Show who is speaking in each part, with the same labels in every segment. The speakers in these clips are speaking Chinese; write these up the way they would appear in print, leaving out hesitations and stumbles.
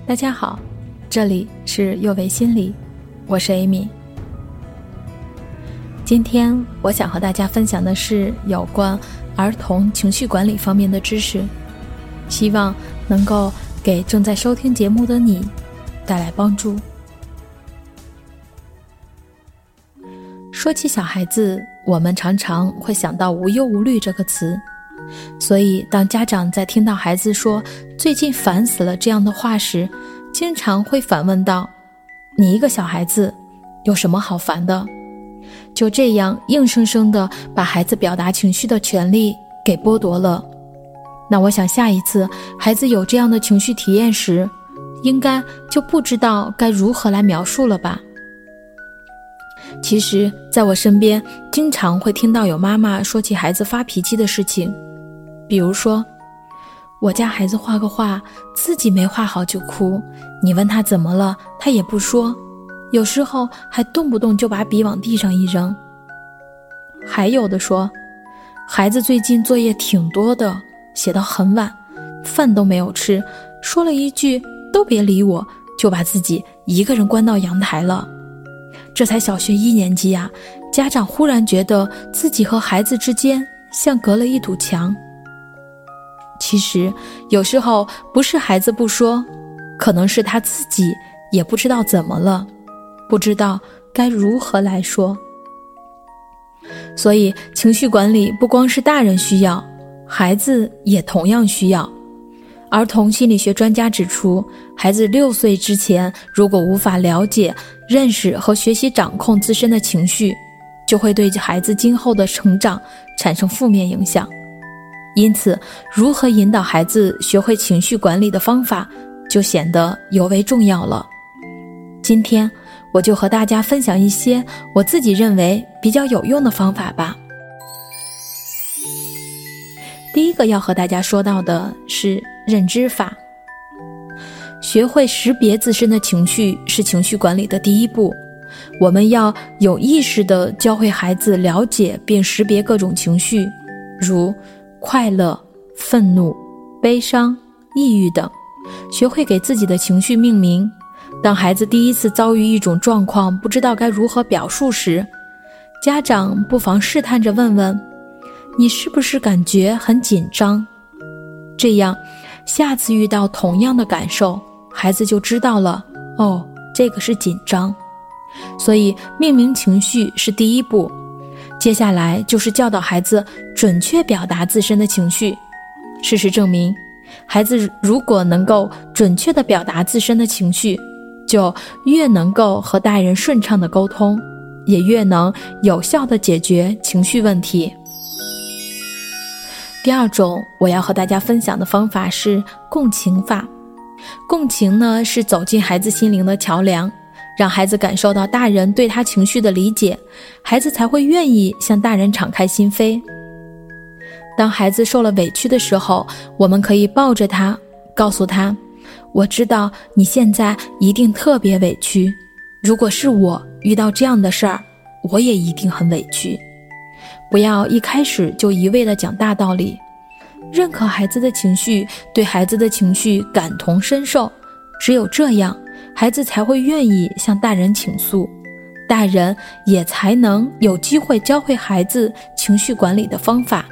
Speaker 1: 大家好，这里是幼为心理，我是 Amy。 今天我想和大家分享的是有关儿童情绪管理方面的知识，希望能够给正在收听节目的你带来帮助。说起小孩子，我们常常会想到无忧无虑这个词，所以当家长在听到孩子说最近烦死了这样的话时，经常会反问道，你一个小孩子有什么好烦的？就这样硬生生地把孩子表达情绪的权利给剥夺了。那我想下一次孩子有这样的情绪体验时，应该就不知道该如何来描述了吧。其实在我身边经常会听到有妈妈说起孩子发脾气的事情，比如说，我家孩子画个画自己没画好就哭，你问他怎么了他也不说，有时候还动不动就把笔往地上一扔。还有的说，孩子最近作业挺多的，写到很晚，饭都没有吃，说了一句都别理我，就把自己一个人关到阳台了。这才小学1年级啊，家长忽然觉得自己和孩子之间像隔了一堵墙。其实有时候不是孩子不说，可能是他自己也不知道怎么了，不知道该如何来说。所以情绪管理不光是大人需要，孩子也同样需要。儿童心理学专家指出，孩子6岁之前如果无法了解、认识和学习掌控自身的情绪，就会对孩子今后的成长产生负面影响。因此，如何引导孩子学会情绪管理的方法，就显得尤为重要了。今天，我就和大家分享一些我自己认为比较有用的方法吧。第一个要和大家说到的是认知法。学会识别自身的情绪是情绪管理的第一步。我们要有意识地教会孩子了解并识别各种情绪，如快乐、愤怒、悲伤、抑郁等，学会给自己的情绪命名。当孩子第一次遭遇一种状况不知道该如何表述时，家长不妨试探着问问，你是不是感觉很紧张？这样下次遇到同样的感受，孩子就知道了，哦，这个是紧张。所以命名情绪是第一步，接下来就是教导孩子准确表达自身的情绪。事实证明，孩子如果能够准确地表达自身的情绪，就越能够和大人顺畅地沟通，也越能有效地解决情绪问题。第二种我要和大家分享的方法是共情法。共情呢，是走进孩子心灵的桥梁，让孩子感受到大人对他情绪的理解，孩子才会愿意向大人敞开心扉。当孩子受了委屈的时候，我们可以抱着他，告诉他，我知道你现在一定特别委屈，如果是我遇到这样的事儿，我也一定很委屈。不要一开始就一味地讲大道理，认可孩子的情绪，对孩子的情绪感同身受，只有这样，孩子才会愿意向大人倾诉，大人也才能有机会教会孩子情绪管理的方法。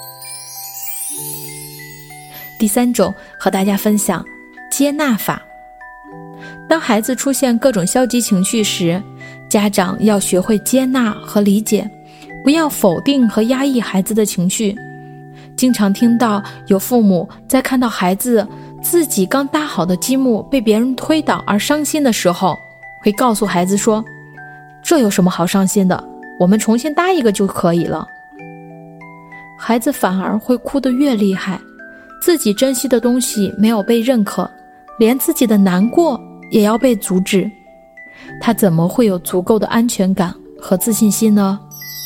Speaker 1: 第三种，和大家分享接纳法。当孩子出现各种消极情绪时，家长要学会接纳和理解，不要否定和压抑孩子的情绪。经常听到有父母在看到孩子自己刚搭好的积木被别人推倒而伤心的时候，会告诉孩子说，这有什么好伤心的，我们重新搭一个就可以了。孩子反而会哭得越厉害，自己珍惜的东西没有被认可，连自己的难过也要被阻止，他怎么会有足够的安全感和自信心呢？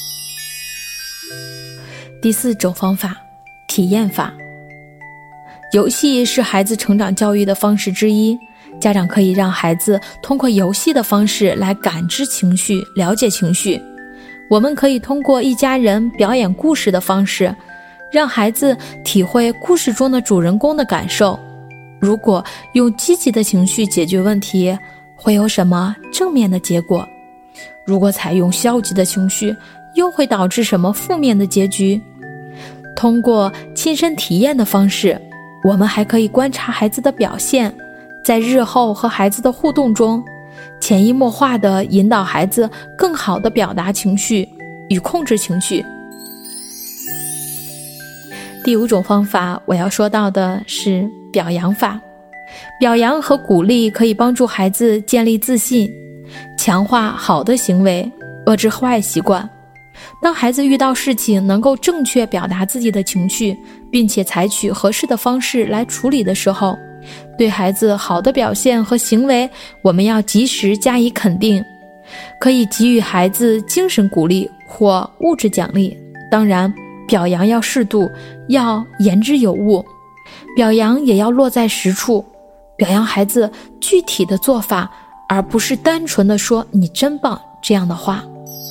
Speaker 1: 第四种方法，体验法。游戏是孩子成长教育的方式之一，家长可以让孩子通过游戏的方式来感知情绪，了解情绪。我们可以通过一家人表演故事的方式，让孩子体会故事中的主人公的感受。 如果用积极的情绪解决问题，会有什么正面的结果？如果采用消极的情绪，又会导致什么负面的结局？通过亲身体验的方式，我们还可以观察孩子的表现，在日后和孩子的互动中，潜移默化地引导孩子更好地表达情绪与控制情绪。第5种方法我要说到的是表扬法。表扬和鼓励可以帮助孩子建立自信，强化好的行为，遏制坏习惯。当孩子遇到事情能够正确表达自己的情绪，并且采取合适的方式来处理的时候，对孩子好的表现和行为，我们要及时加以肯定，可以给予孩子精神鼓励或物质奖励。当然，表扬要适度，要言之有物，表扬也要落在实处，表扬孩子具体的做法，而不是单纯的说你真棒这样的话。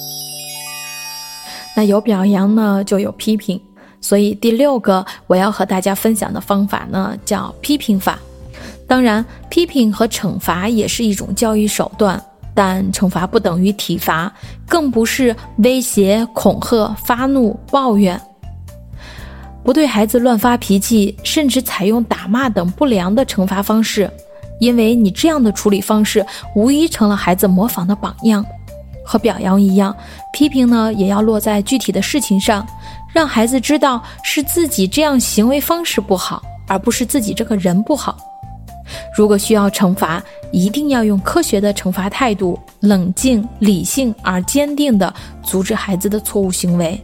Speaker 1: 那有表扬呢，就有批评，所以第6个我要和大家分享的方法呢，叫批评法。当然，批评和惩罚也是一种教育手段，但惩罚不等于体罚，更不是威胁、恐吓、发怒、抱怨。不对孩子乱发脾气，甚至采用打骂等不良的惩罚方式，因为你这样的处理方式无疑成了孩子模仿的榜样。和表扬一样，批评呢也要落在具体的事情上，让孩子知道是自己这样行为方式不好，而不是自己这个人不好。如果需要惩罚，一定要用科学的惩罚态度，冷静、理性而坚定地阻止孩子的错误行为。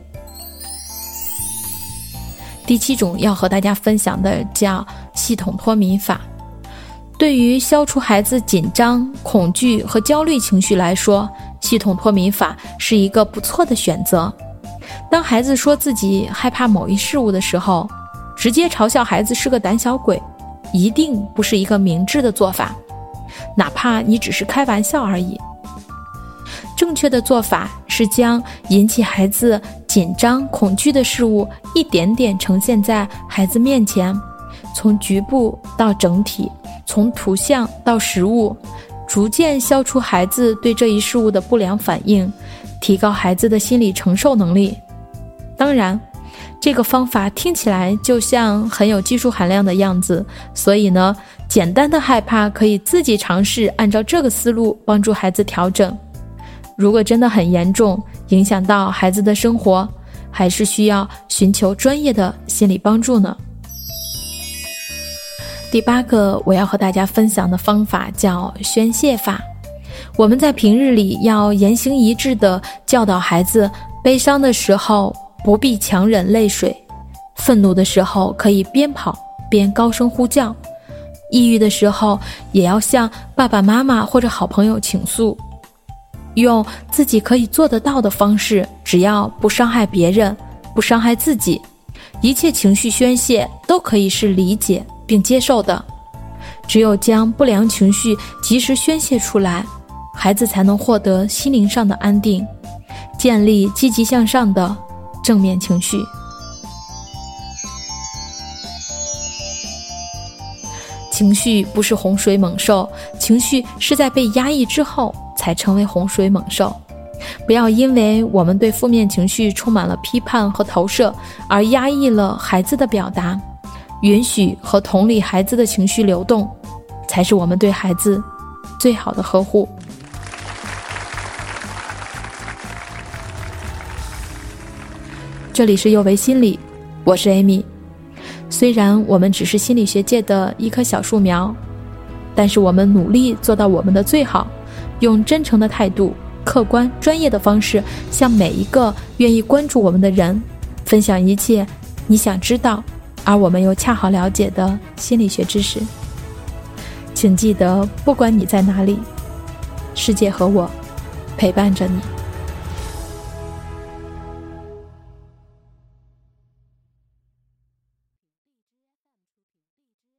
Speaker 1: 第7种要和大家分享的叫系统脱敏法。对于消除孩子紧张、恐惧和焦虑情绪来说，系统脱敏法是一个不错的选择。当孩子说自己害怕某一事物的时候，直接嘲笑孩子是个胆小鬼，一定不是一个明智的做法，哪怕你只是开玩笑而已。正确的做法是将引起孩子紧张、恐惧的事物一点点呈现在孩子面前，从局部到整体，从图像到实物，逐渐消除孩子对这一事物的不良反应，提高孩子的心理承受能力。当然，这个方法听起来就像很有技术含量的样子，所以呢，简单的害怕可以自己尝试按照这个思路帮助孩子调整。如果真的很严重，影响到孩子的生活，还是需要寻求专业的心理帮助呢。第8个我要和大家分享的方法叫宣泄法。我们在平日里要言行一致地教导孩子，悲伤的时候不必强忍泪水，愤怒的时候可以边跑边高声呼叫，抑郁的时候也要向爸爸妈妈或者好朋友倾诉，用自己可以做得到的方式，只要不伤害别人，不伤害自己，一切情绪宣泄都可以是理解并接受的。只有将不良情绪及时宣泄出来，孩子才能获得心灵上的安定，建立积极向上的正面情绪。情绪不是洪水猛兽，情绪是在被压抑之后才成为洪水猛兽。不要因为我们对负面情绪充满了批判和投射，而压抑了孩子的表达。允许和同理孩子的情绪流动，才是我们对孩子最好的呵护。这里是幼为心理，我是 Amy。 虽然我们只是心理学界的一棵小树苗，但是我们努力做到我们的最好，用真诚的态度、客观专业的方式，向每一个愿意关注我们的人分享一切你想知道而我们又恰好了解的心理学知识。请记得，不管你在哪里，世界和我陪伴着你。